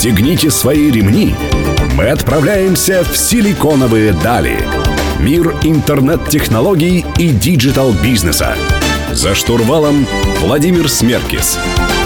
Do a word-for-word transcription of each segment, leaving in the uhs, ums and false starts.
Пристегните свои ремни. Мы отправляемся в силиконовые дали. Мир интернет-технологий и диджитал-бизнеса. За штурвалом Владимир Смеркис.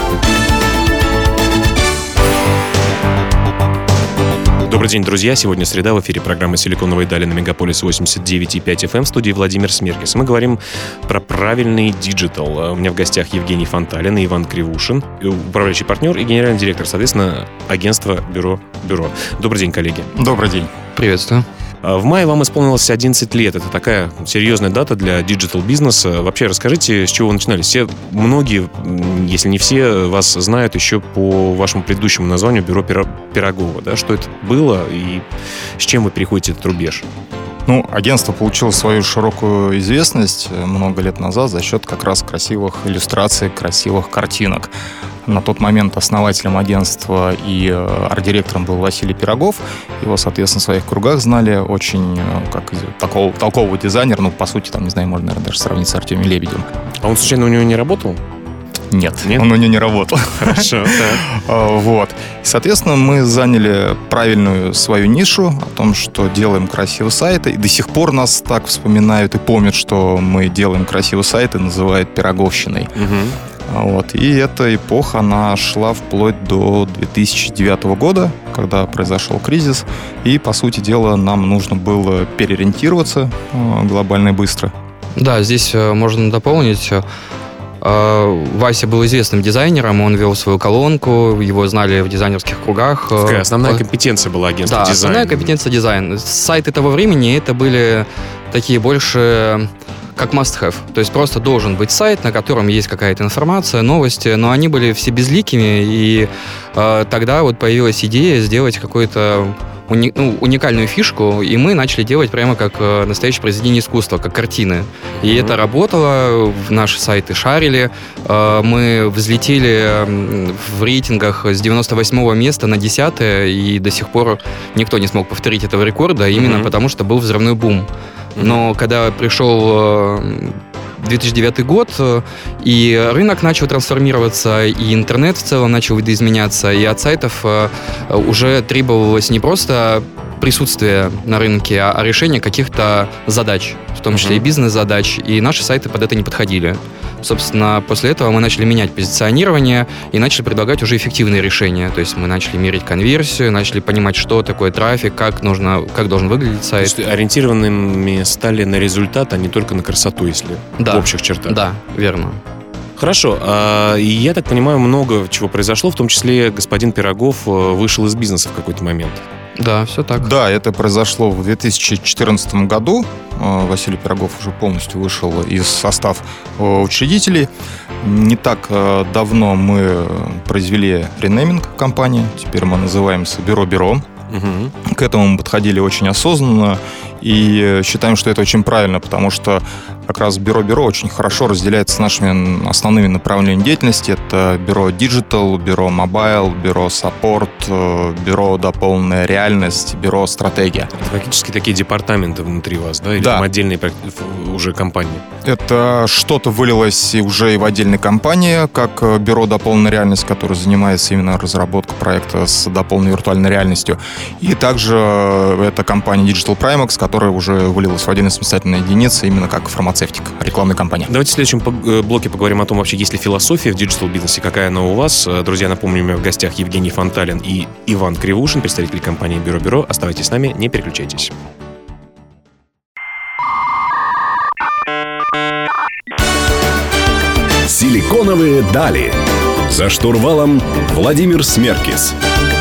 Добрый день, друзья. Сегодня среда, в эфире программы «Силиконовые дали» на Мегаполис восемьдесят девять и пять эф эм, в студии Владимир Смеркис. Мы говорим про правильный диджитал. У меня в гостях Евгений Фонталин и Иван Кривушин, управляющий партнер и генеральный директор, соответственно, агентства «Бюро Бюро». Добрый день, коллеги. Добрый день. Приветствую. В мае вам исполнилось одиннадцать лет. Это такая серьезная дата для диджитал-бизнеса. Вообще, расскажите, с чего вы начинали? Все, многие, если не все, вас знают еще по вашему предыдущему названию «Бюро Пирогова». Да? Что это было и с чем вы переходите этот рубеж? Ну, агентство получило свою широкую известность много лет назад за счет как раз красивых иллюстраций, красивых картинок. На тот момент основателем агентства и арт-директором был Василий Пирогов. Его, соответственно, в своих кругах знали очень как такого, толкового дизайнера. Ну, по сути, там, не знаю, можно, наверное, даже сравнить с Артемием Лебедем. А он, случайно, у него не работал? Нет, Нет? он у него не работал. Хорошо, да. Вот. Соответственно, мы заняли правильную свою нишу о том, что делаем красивые сайты. И до сих пор нас так вспоминают и помнят, что мы делаем красивые сайты, называют пироговщиной. Угу. Вот. И эта эпоха, она шла вплоть до две тысячи девятого года, когда произошел кризис. И, по сути дела, нам нужно было переориентироваться глобально и быстро. Да, здесь можно дополнить. Вася был известным дизайнером, он вел свою колонку, его знали в дизайнерских кругах. Такая основная компетенция была агентства да, дизайна. Да, основная компетенция дизайн. Сайты того времени это были такие больше как must-have. То есть просто должен быть сайт, на котором есть какая-то информация, новости, но они были все безликими, и э, тогда вот появилась идея сделать какой-то уни- ну, уникальную фишку, и мы начали делать прямо как э, настоящее произведение искусства, как картины. И mm-hmm. это работало, наши сайты шарили, э, мы взлетели в рейтингах с девяносто восьмого места на десятое, и до сих пор никто не смог повторить этого рекорда, именно mm-hmm. потому что был взрывной бум. Но когда пришел две тысячи девятый год, и рынок начал трансформироваться, и интернет в целом начал видоизменяться, и от сайтов уже требовалось не просто присутствие на рынке, а решение каких-то задач, в том числе uh-huh. и бизнес-задач, и наши сайты под это не подходили. Собственно, после этого мы начали менять позиционирование и начали предлагать уже эффективные решения. То есть мы начали мерить конверсию, начали понимать, что такое трафик, как нужно, как должен выглядеть сайт. То есть ориентированными стали на результат, а не только на красоту, если да. в общих чертах. Да, верно. Хорошо. А, и я так понимаю, много чего произошло, в том числе господин Пирогов вышел из бизнеса в какой-то момент. Да, все так. Да, это произошло в две тысячи четырнадцатом году. Василий Пирогов уже полностью вышел из состава учредителей. Не так давно мы произвели ренейминг компании. Теперь мы называемся «Бюро Бюро». Угу. К этому мы подходили очень осознанно и считаем, что это очень правильно, потому что как раз Бюро Бюро очень хорошо разделяется с нашими основными направлениями деятельности. Это Бюро Digital, Бюро Mobile, Бюро Support, Бюро Дополненная реальность, Бюро Стратегия. Это фактически такие департаменты внутри вас, да? Или да. там отдельные уже компании? Это что-то вылилось уже и в отдельной компании, как Бюро Дополненная реальность, которое занимается именно разработкой проекта с дополненной виртуальной реальностью. И также это компания Digital Primax, которая уже вылилась в отдельные самостоятельные единицы, именно как фармацевтик, рекламная компания. Давайте в следующем блоке поговорим о том, вообще есть ли философия в диджитал-бизнесе, какая она у вас. Друзья, напомню, у меня в гостях Евгений Фонталин и Иван Кривушин, представители компании Бюро Бюро. Оставайтесь с нами, не переключайтесь. Силиконовые дали. За штурвалом Владимир Смеркис.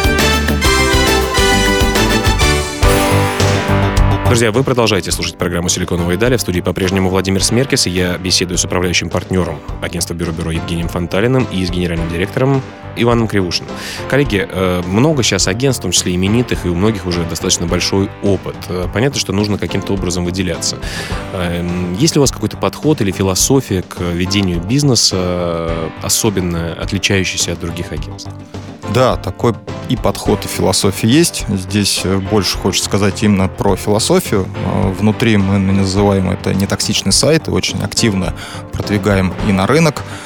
Друзья, вы продолжаете слушать программу «Силиконовые дали». В студии по-прежнему Владимир Смеркис, и я беседую с управляющим партнером агентства Бюро Бюро Евгением Фонталиным и с генеральным директором Иваном Кривушиным. Коллеги, много сейчас агентств, в том числе именитых, и у многих уже достаточно большой опыт. Понятно, что нужно каким-то образом выделяться. Есть ли у вас какой-то подход или философия к ведению бизнеса, особенно отличающийся от других агентств? Да, такой и подход, и философия есть. Здесь больше хочется сказать именно про философию. Внутри мы называем это нетоксичный сайт и очень активно продвигаем и на рынок.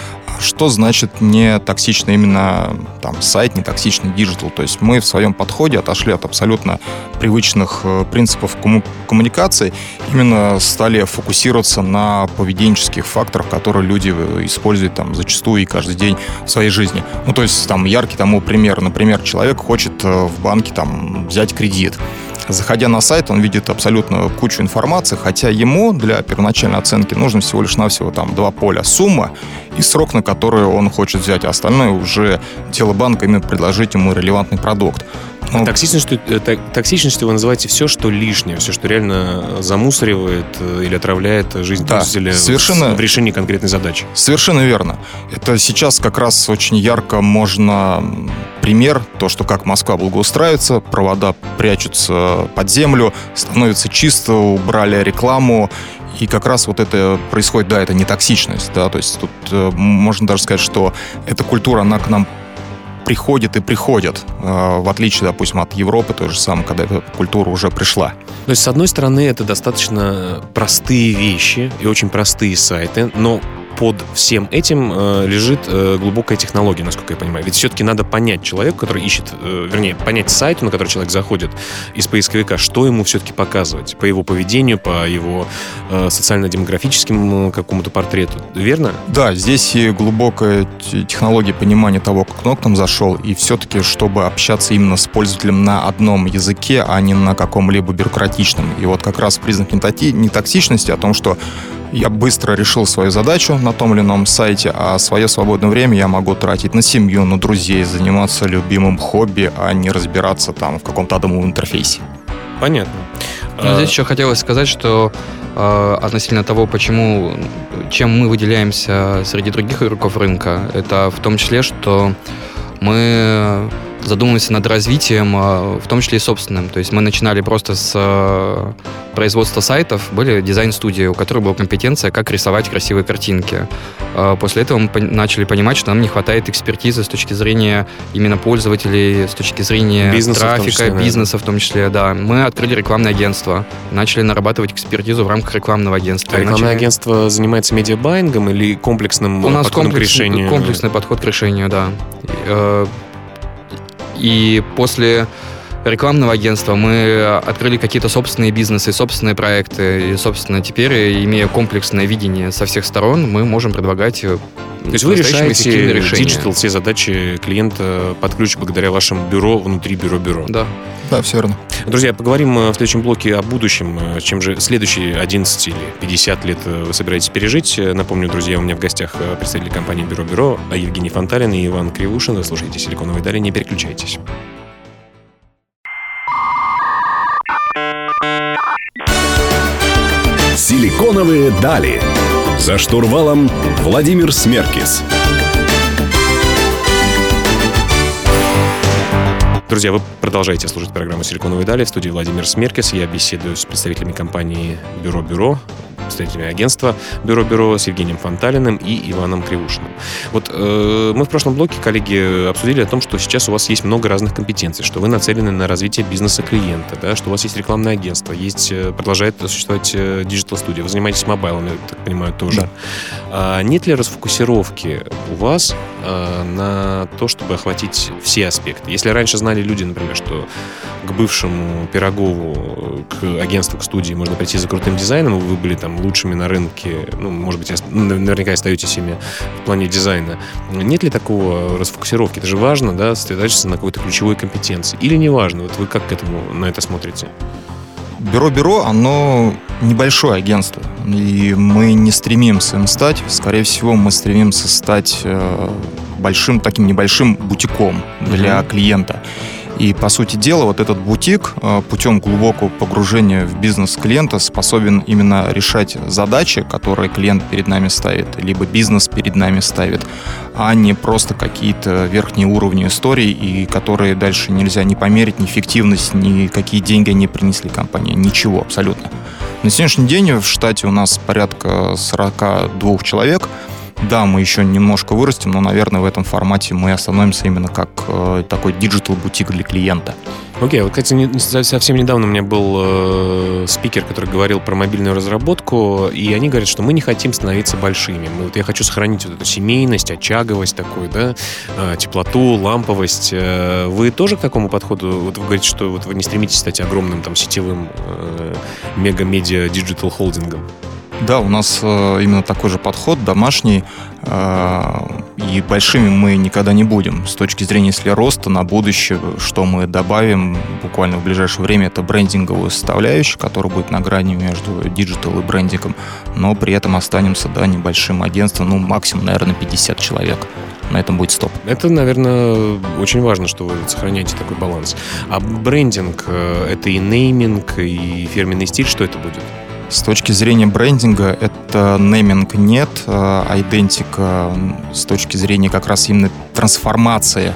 что значит не токсичный именно там, сайт, не токсичный диджитал? То есть мы в своем подходе отошли от абсолютно привычных принципов комму- коммуникации, именно стали фокусироваться на поведенческих факторах, которые люди используют там, зачастую и каждый день в своей жизни. Ну, то есть там яркий тому пример. Например, человек хочет в банке там, взять кредит. Заходя на сайт, он видит абсолютно кучу информации, хотя ему для первоначальной оценки нужно всего лишь навсего там два поля: сумма и срок, на который он хочет взять, а остальное уже дело банка именно предложить ему релевантный продукт. Ну, токсичностью, токсичностью вы называете все, что лишнее, все, что реально замусоривает или отравляет жизнь да, пользователя совершенно, в решении конкретной задачи. Совершенно верно. Это сейчас как раз очень ярко можно пример, то, что как Москва благоустраивается, провода прячутся под землю, становится чисто, убрали рекламу. И как раз вот это происходит, да, это не токсичность, да, то есть тут э, можно даже сказать, что эта культура, она к нам приходит и приходит, в отличие, допустим, от Европы, то же самое, когда эта культура уже пришла. То есть, с одной стороны, это достаточно простые вещи и очень простые сайты, но под всем этим э, лежит э, глубокая технология, насколько я понимаю. Ведь все-таки надо понять человеку, который ищет, э, вернее, понять сайту, на который человек заходит из поисковика, что ему все-таки показывать по его поведению, по его э, социально-демографическому какому-то портрету. Верно? Да, здесь и глубокая технология понимания того, как он к нам зашел, и все-таки, чтобы общаться именно с пользователем на одном языке, а не на каком-либо бюрократичном. И вот как раз признак нетоксичности о том, что я быстро решил свою задачу на том или ином сайте, а свое свободное время я могу тратить на семью, на друзей, заниматься любимым хобби, а не разбираться там в каком-то адовом интерфейсе. Понятно. Но здесь еще хотелось сказать, что э, относительно того, почему, чем мы выделяемся среди других игроков рынка, это в том числе, что мы задумываемся над развитием, в том числе и собственным. То есть мы начинали просто с производства сайтов, были дизайн-студии, у которых была компетенция, как рисовать красивые картинки. После этого мы начали понимать, что нам не хватает экспертизы с точки зрения именно пользователей, с точки зрения бизнеса, трафика, в числе, бизнеса в том числе. Да. Мы открыли рекламное агентство, начали нарабатывать экспертизу в рамках рекламного агентства. А рекламное начали... агентство занимается медиабайингом или комплексным у нас подходом комплекс, к решению? Комплексный подход к решению, да. И после рекламного агентства мы открыли какие-то собственные бизнесы, собственные проекты. И, собственно, теперь, имея комплексное видение со всех сторон, мы можем предлагать То есть вы решаете диджитал, все задачи клиента под ключ благодаря вашему бюро внутри бюро-бюро. Да. Да, все верно. Друзья, поговорим в следующем блоке о будущем. Чем же следующие одиннадцать или пятьдесят лет вы собираетесь пережить? Напомню, друзья, у меня в гостях представители компании Бюро-Бюро Евгений Фонталин и Иван Кривушин. Вы слушаете «Силиконовые дали», не переключайтесь. «Силиконовые дали». За штурвалом Владимир Смеркис. Друзья, вы продолжаете слушать программу «Силиконовые дали». В студии Владимир Смеркис. Я беседую с представителями компании Бюро-Бюро, представителями агентства Бюро-Бюро, с Евгением Фонталиным и Иваном Кривушиным. Вот э, мы в прошлом блоке, коллеги, обсудили о том, что сейчас у вас есть много разных компетенций, что вы нацелены на развитие бизнеса клиента, да, что у вас есть рекламное агентство, есть, продолжает существовать диджитал-студия, вы занимаетесь мобайлом, я так понимаю, тоже. Да. А нет ли расфокусировки у вас а, на то, чтобы охватить все аспекты? Если раньше знали люди, например, что к бывшему Пирогову, к агентству, к студии можно прийти за крутым дизайном, вы были там лучшими на рынке, ну, может быть, наверняка остаетесь ими в плане дизайна. Нет ли такого расфокусировки? Это же важно, да, сосредоточиться на какой-то ключевой компетенции. Или не важно? Вот вы как к этому, на это смотрите? Бюро-Бюро, оно небольшое агентство, и мы не стремимся им стать. Скорее всего, мы стремимся стать большим, таким небольшим бутиком для mm-hmm. клиента. И, по сути дела, вот этот бутик путем глубокого погружения в бизнес клиента способен именно решать задачи, которые клиент перед нами ставит, либо бизнес перед нами ставит, а не просто какие-то верхние уровни историй, и которые дальше нельзя ни померить, ни эффективность, ни какие деньги они принесли компании. Ничего абсолютно. На сегодняшний день в штате у нас порядка сорок два человек. Да, мы еще немножко вырастем, но, наверное, в этом формате мы остановимся именно как э, такой диджитал-бутик для клиента. Окей, okay, вот, кстати, не, совсем недавно у меня был э, спикер, который говорил про мобильную разработку, и они говорят, что мы не хотим становиться большими. Мы, вот я хочу сохранить вот эту семейность, очаговость такую, да, э, теплоту, ламповость. Э, вы тоже к такому подходу? Вот вы говорите, что вот вы не стремитесь стать огромным там сетевым э, мега-медиа диджитал холдингом. Да, у нас э, именно такой же подход, домашний, э, и большими мы никогда не будем. С точки зрения, если роста на будущее, что мы добавим буквально в ближайшее время, это брендинговую составляющую, которая будет на грани между диджитал и брендингом, но при этом останемся, да, небольшим агентством, ну, максимум, наверное, пятьдесят человек. На этом будет стоп. Это, наверное, очень важно, что вы сохраняете такой баланс. А брендинг — это и нейминг, и фирменный стиль, что это будет? С точки зрения брендинга это нейминг нет, айдентика с точки зрения как раз именно трансформации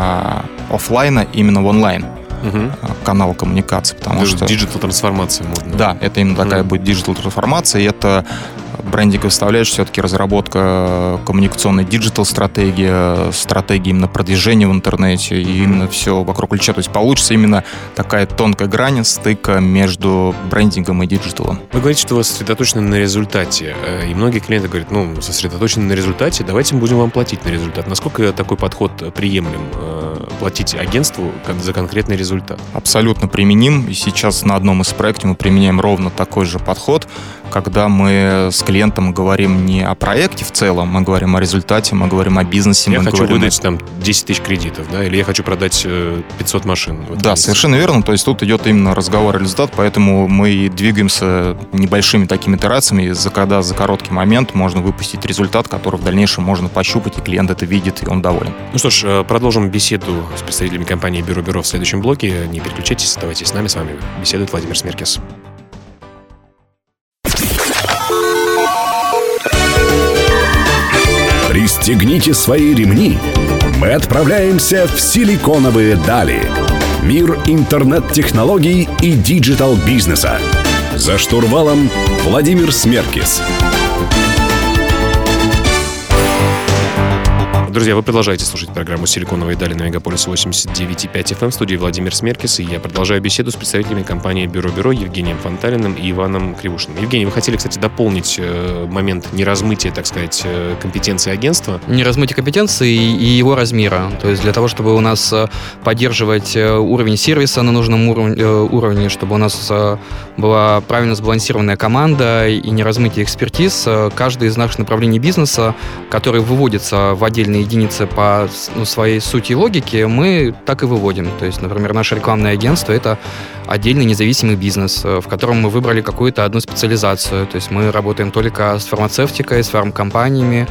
офлайна именно в онлайн. Угу. Канал коммуникации, потому это что... Диджитал-трансформация модная. Да, это именно такая угу. будет диджитал-трансформация, и это брендинговая составляющая, все-таки разработка коммуникационной диджитал-стратегии, стратегии именно продвижения в интернете, и именно все вокруг ключа. То есть получится именно такая тонкая грань стыка между брендингом и диджиталом. Вы говорите, что вы сосредоточены на результате, и многие клиенты говорят, ну, сосредоточены на результате, давайте мы будем вам платить на результат. Насколько такой подход приемлем? Платить агентству за конкретный результат? Абсолютно применим, и сейчас на одном из проектов мы применяем ровно такой же подход, когда мы с клиентом говорим не о проекте в целом, мы говорим о результате, мы говорим о бизнесе. Я мы хочу говорим выдать о... там десять тысяч кредитов, да, или я хочу продать пятьсот машин. Да, месяце. Совершенно верно, то есть тут идет именно разговор о результате, поэтому мы двигаемся небольшими такими итерациями, за когда за короткий момент можно выпустить результат, который в дальнейшем можно пощупать, и клиент это видит, и он доволен. Ну что ж, продолжим беседу с представителями компании Бюро Бюро в следующем блоке. Не переключайтесь, оставайтесь с нами, с вами беседует Владимир Смеркис. Пристегните свои ремни. Мы отправляемся в силиконовые дали. Мир интернет-технологий и диджитал-бизнеса. За штурвалом Владимир Смеркис. Друзья, вы продолжаете слушать программу «Силиконовые дали» на Мегаполис восемьдесят девять и пять эф эм. В студии Владимир Смеркис, и я продолжаю беседу с представителями компании Бюро Бюро Евгением Фонталиным и Иваном Кривушиным. Евгений, вы хотели, кстати, дополнить э, момент неразмытия, так сказать, э, компетенции агентства? Неразмытие компетенции и его размера. То есть для того, чтобы у нас поддерживать уровень сервиса на нужном уровне, уровне чтобы у нас была правильно сбалансированная команда и неразмытие экспертиз, каждый из наших направлений бизнеса, который выводится в отдельные единицы по ну, своей сути и логике, мы так и выводим. То есть, например, наше рекламное агентство — это отдельный независимый бизнес, в котором мы выбрали какую-то одну специализацию. То есть мы работаем только с фармацевтикой, с фармкомпаниями,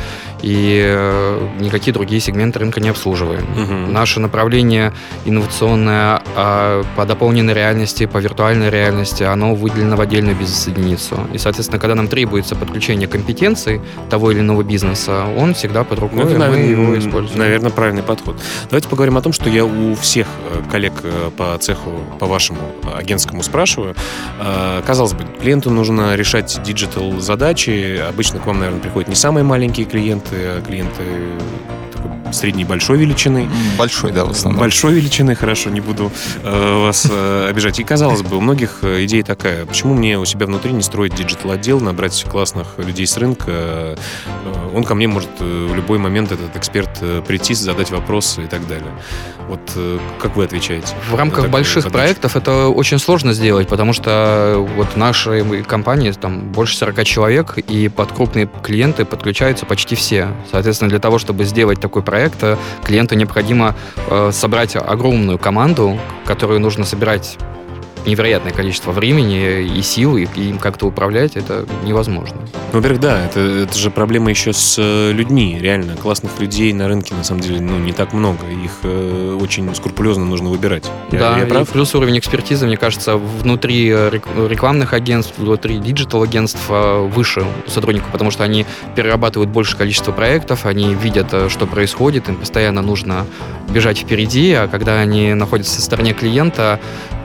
и никакие другие сегменты рынка не обслуживаем. Uh-huh. Наше направление инновационное по дополненной реальности, по виртуальной реальности, оно выделено в отдельную бизнес-единицу. И, соответственно, когда нам требуется подключение компетенций того или иного бизнеса, он всегда под рукой, ну, мы его используем. Наверное, правильный подход. Давайте поговорим о том, что я у всех коллег по цеху, по вашему агентскому спрашиваю. Казалось бы, клиенту нужно решать диджитал-задачи. Обычно к вам, наверное, приходят не самые маленькие клиенты, а клиенты средней и большой величины. Большой, да, в основном. Большой величины, хорошо, не буду э, вас э, обижать. И, казалось бы, у многих идея такая: почему мне у себя внутри не строить диджитал-отдел, набрать классных людей с рынка? Э, он ко мне может в любой момент, этот эксперт, прийти, задать вопросы и так далее. Вот э, как вы отвечаете? В рамках больших задачу? проектов это очень сложно сделать, потому что вот в нашей компании там больше сорок человек, и под крупные клиенты подключаются почти все. Соответственно, для того, чтобы сделать такой проект, клиенту необходимо э, собрать огромную команду, которую нужно собирать невероятное количество времени и сил, и, и им как-то управлять, это невозможно. Ну, во-первых, да, это, это же проблема еще с людьми. Реально, классных людей на рынке, на самом деле, ну, не так много. Их э, очень скрупулезно нужно выбирать. Я, да, я прав? И плюс уровень экспертизы, мне кажется, внутри рекламных агентств, внутри диджитал-агентств выше у сотрудников, потому что они перерабатывают большее количество проектов, они видят, что происходит, им постоянно нужно бежать впереди, а когда они находятся со стороны клиента,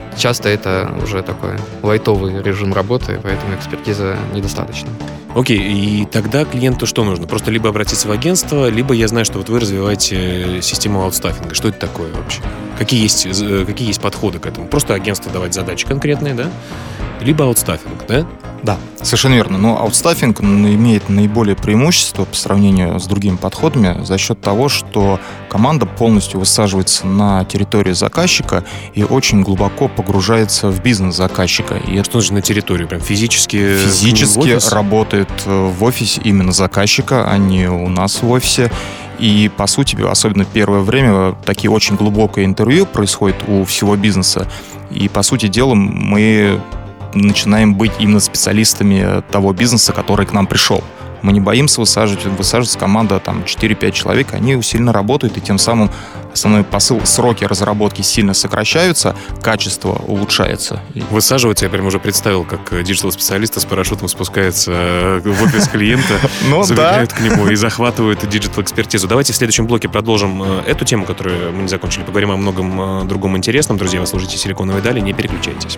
часто это уже такой лайтовый режим работы, поэтому экспертиза недостаточно. Окей, и тогда клиенту что нужно? Просто либо обратиться в агентство, либо я знаю, что вот вы развиваете систему аутстаффинга. Что это такое вообще? Какие есть, какие есть подходы к этому? Просто агентству давать задачи конкретные, да? Либо аутстаффинг, да? Да, совершенно верно. Но аутстаффинг имеет наиболее преимущество по сравнению с другими подходами за счет того, что команда полностью высаживается на территории заказчика и очень глубоко погружается в бизнес заказчика. И что значит на территорию? Прям физически? Физически работает в офисе именно заказчика, а не у нас в офисе. И, по сути, особенно первое время, такие очень глубокое интервью происходит у всего бизнеса. И, по сути дела, мы начинаем быть именно специалистами того бизнеса, который к нам пришел. Мы не боимся высаживать, высаживается команда там четыре-пять человек, они усиленно работают, и тем самым основной посыл, сроки разработки сильно сокращаются, качество улучшается. Высаживать я прям уже представил, как диджитал-специалист с парашютом спускается в офис клиента, забегают к нему и захватывают диджитал-экспертизу. Давайте в следующем блоке продолжим эту тему, которую мы не закончили. Поговорим о многом другом интересном. Друзья, вы слушаете «Силиконовые дали», не переключайтесь.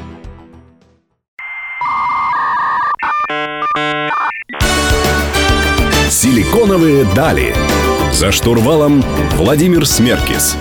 «Силиконовые дали». За штурвалом Владимир Смеркис.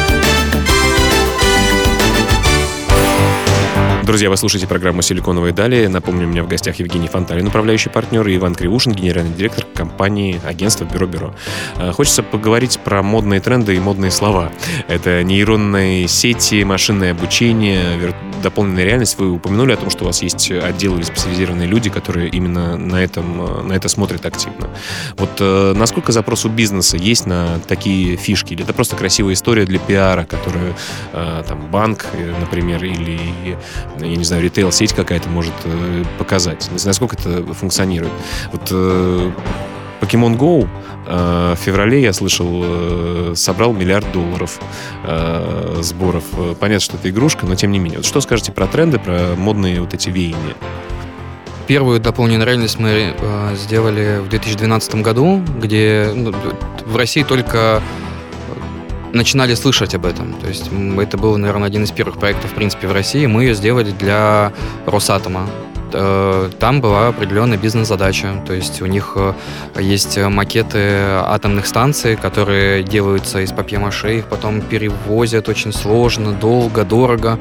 Друзья, вы слушаете программу «Силиконовые дали». Напомню, у меня в гостях Евгений Фанталин, управляющий партнер, и Иван Кривушин, генеральный директор компании агентства «Бюро-Бюро». Хочется поговорить про модные тренды и модные слова. Это нейронные сети, машинное обучение, дополненная реальность. Вы упомянули о том, что у вас есть отделы или специализированные люди, которые именно на, этом, на это смотрят активно. Вот насколько запрос у бизнеса есть на такие фишки? Или это просто красивая история для пиара, которую там, банк, например, или... я не знаю, ритейл-сеть какая-то может э, показать. Не знаю, насколько это функционирует. Вот э, Pokemon Go э, в феврале, я слышал, э, собрал миллиард долларов э, сборов. Понятно, что это игрушка, но тем не менее. Вот что скажете про тренды, про модные вот эти веяния? Первую дополненную реальность мы э, сделали в две тысячи двенадцатом году, где ну, в России только начинали слышать об этом. То есть это был, наверное, один из первых проектов, в принципе, в России. Мы ее сделали для Росатома. Там была определенная бизнес-задача. То есть у них есть макеты атомных станций, которые делаются из папье-маше, их потом перевозят очень сложно, долго, дорого.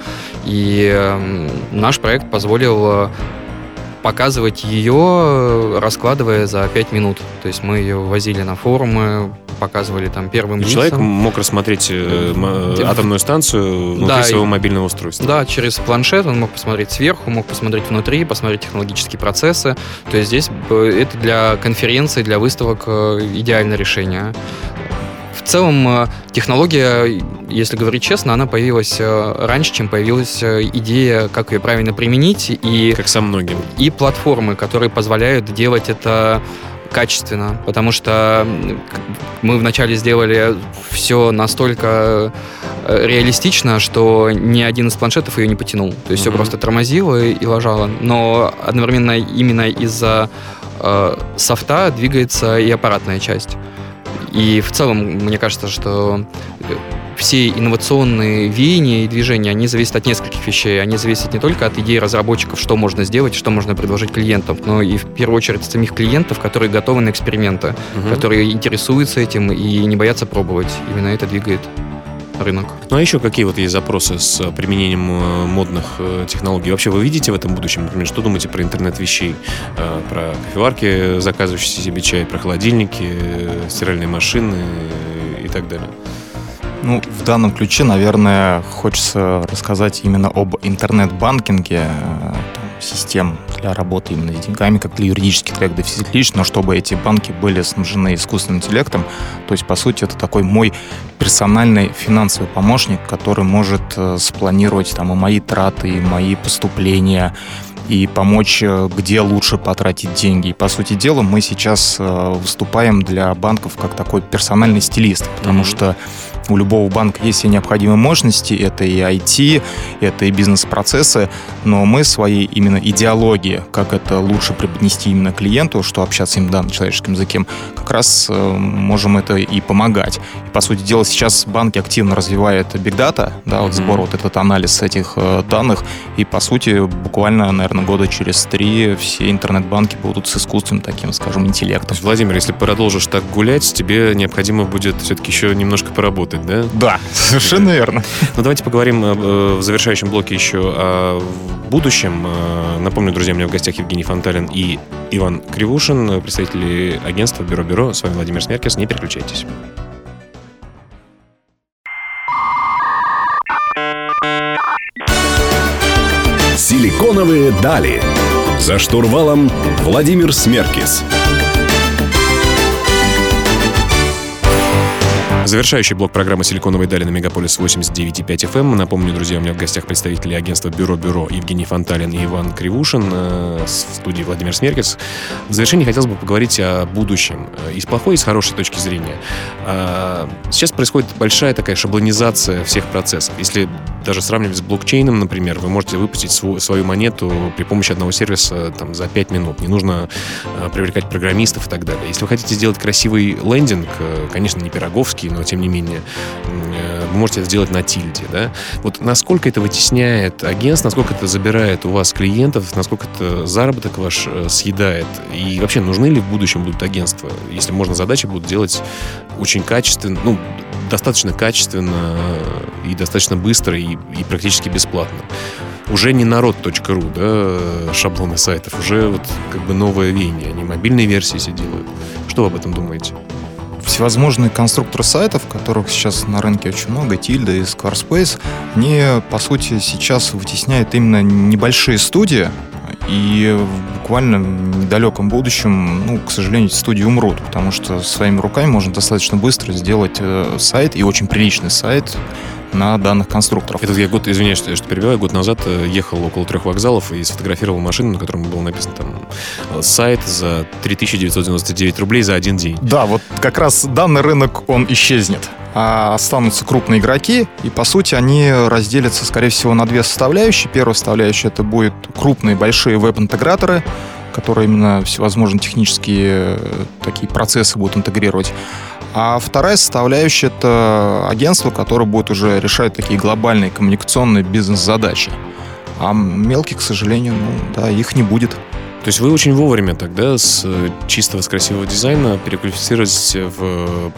И наш проект позволил показывать ее, раскладывая за пять минут. То есть мы ее возили на форумы, показывали там первым лицам. Человек мог рассмотреть э, атомную станцию внутри да, своего мобильного устройства. Да, через планшет он мог посмотреть сверху, мог посмотреть внутри, посмотреть технологические процессы. То есть здесь это для конференций, для выставок идеальное решение. В целом технология, если говорить честно, она появилась раньше, чем появилась идея, как ее правильно применить. И, как со многим. И платформы, которые позволяют делать это качественно, потому что мы вначале сделали все настолько реалистично, что ни один из планшетов ее не потянул. То есть mm-hmm. все просто тормозило и ложало. Но одновременно именно из-за э, софта двигается и аппаратная часть. И в целом, мне кажется, что все инновационные веяния и движения, они зависят от нескольких вещей. Они зависят не только от идей разработчиков, что можно сделать, что можно предложить клиентам, но и в первую очередь от самих клиентов, которые готовы на эксперименты, угу. которые интересуются этим и не боятся пробовать. Именно это двигает рынок. Ну а еще какие вот есть запросы с применением модных технологий? Вообще вы видите в этом будущем, например, что думаете про интернет вещей? Про кофеварки, заказывающие себе чай, про холодильники, стиральные машины и так далее? Ну, в данном ключе, наверное, хочется рассказать именно об интернет-банкинге, систем для работы именно с деньгами, как для юридических, так и для физических лиц, но чтобы эти банки были снабжены искусственным интеллектом. То есть, по сути, это такой мой персональный финансовый помощник, который может спланировать там и мои траты, и мои поступления, и помочь, где лучше потратить деньги. И, по сути дела, мы сейчас выступаем для банков как такой персональный стилист, потому mm-hmm. что у любого банка есть все необходимые мощности, это и ай ти, это и бизнес-процессы, но мы своей именно идеологии, как это лучше преподнести именно клиенту, что общаться им, да, на человеческом языке, как раз э, можем это и помогать. И, по сути дела, сейчас банки активно развивают Big Data, да, вот сбор, вот этот анализ этих э, данных, и, по сути, буквально, наверное, года через три все интернет-банки будут с искусственным таким, скажем, интеллектом. То есть, Владимир, если продолжишь так гулять, тебе необходимо будет все-таки еще немножко поработать, да? Да, совершенно верно. Ну, давайте поговорим э, в завершающем блоке еще о будущем. Э, напомню, друзья, у меня в гостях Евгений Фанталин и Иван Кривушин, представители агентства Бюро-Бюро. С вами Владимир Смеркис. Не переключайтесь. Силиконовые дали. За штурвалом Владимир Смеркис. Завершающий блок программы «Силиконовые дали» на Мегаполис восемьдесят девять и пять эф эм. Напомню, друзья, у меня в гостях представители агентства Бюро-Бюро Евгений Фанталин и Иван Кривушин, в студии Владимир Смеркис. В завершении хотелось бы поговорить о будущем. И с плохой, и с хорошей точки зрения. Сейчас происходит большая такая шаблонизация всех процессов. Если даже сравнивать с блокчейном, например, вы можете выпустить свою, свою монету при помощи одного сервиса там, за пять минут. Не нужно привлекать программистов и так далее. Если вы хотите сделать красивый лендинг, конечно, не пироговский, но тем не менее, вы можете это сделать на тильде, да? Вот насколько это вытесняет агентство, насколько это забирает у вас клиентов, насколько это заработок ваш съедает, и вообще нужны ли в будущем будут агентства, если можно задачи будут делать очень качественно, ну, достаточно качественно и достаточно быстро и, и практически бесплатно. Уже не народ точка ру, да, шаблоны сайтов, уже вот как бы новое веяние, они мобильные версии все делают. Что вы об этом думаете? Всевозможные конструкторы сайтов, которых сейчас на рынке очень много, Tilda и Squarespace, они, по сути, сейчас вытесняют именно небольшие студии, и в буквально недалеком будущем, ну, к сожалению, эти студии умрут, потому что своими руками можно достаточно быстро сделать э, сайт, и очень приличный сайт, на данных конструкторов. Это я год, извиняюсь, что перебиваю, год назад ехал около трех вокзалов и сфотографировал машину, на котором было написано там сайт за три тысячи девятьсот девяносто девять рублей за один день. Да, вот как раз данный рынок, он исчезнет. А останутся крупные игроки, и, по сути, они разделятся, скорее всего, на две составляющие. Первая составляющая — это будут крупные, большие веб-интеграторы, которые именно всевозможные технические такие процессы будут интегрировать. А вторая составляющая — это агентство, которое будет уже решать такие глобальные коммуникационные бизнес-задачи. А мелкие, к сожалению, ну, да, их не будет. То есть вы очень вовремя тогда с чистого, с красивого дизайна переквалифицировались в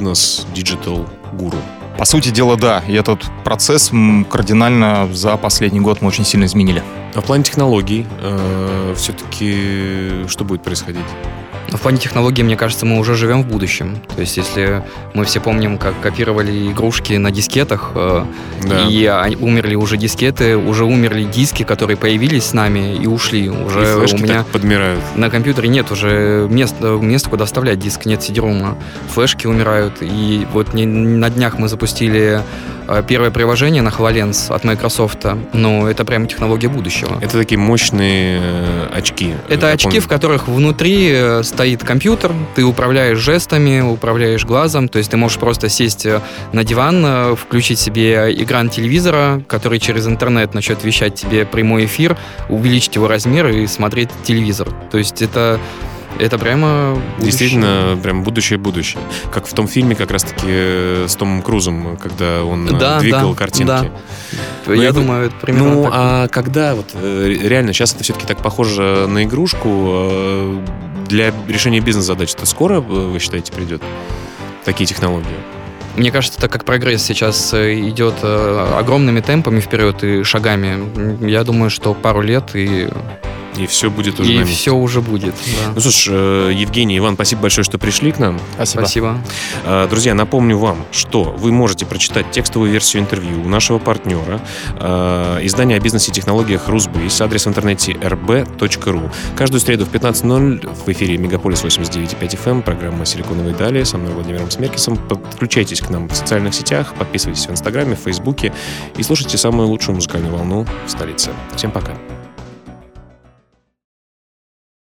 бизнес-диджитал-гуру? По сути дела, да. И этот процесс кардинально за последний год мы очень сильно изменили. А в плане технологий э, все-таки что будет происходить? В плане технологий, мне кажется, мы уже живем в будущем. То есть, если мы все помним, как копировали игрушки на дискетах, э, да. и а, умерли уже дискеты, уже умерли диски, которые появились с нами и ушли. Уже и флешки у меня так подмирают. На компьютере нет уже места, места, куда вставлять диск, нет сидирума. Флешки умирают. И вот не, на днях мы запустили первое приложение на HoloLens от Microsoft. Но это прямо технология будущего. Это такие мощные очки. Это очки, помню. В которых внутри стоит компьютер, ты управляешь жестами, управляешь глазом, то есть ты можешь просто сесть на диван, включить себе экран телевизора, который через интернет начнет вещать тебе прямой эфир, увеличить его размер и смотреть телевизор. То есть это... Это прямо будущее. Действительно, прям будущее-будущее. Как в том фильме как раз-таки с Томом Крузом, когда он да, двигал да, картинки. Да. Ну, я я думаю, это примерно Ну, так. а когда вот реально сейчас это все-таки так похоже на игрушку, для решения бизнес-задач это скоро, вы считаете, придет? Такие технологии? Мне кажется, так как прогресс сейчас идет огромными темпами вперед и шагами, я думаю, что пару лет и... И все будет уже И на месте. все уже будет, да. Ну, слушай, Евгений, Иван, спасибо большое, что пришли к нам. Спасибо. Спасибо. Друзья, напомню вам, что вы можете прочитать текстовую версию интервью у нашего партнера, издания о бизнесе и технологиях Русбейс, адрес в интернете эр би точка ру. Каждую среду в пятнадцать ноль в эфире Мегаполис восемьдесят девять и пять эф эм, программа «Силиконовые дали», со мной Владимиром Смеркисом. Подключайтесь к нам в социальных сетях, подписывайтесь в Инстаграме, в Фейсбуке и слушайте самую лучшую музыкальную волну в столице. Всем пока.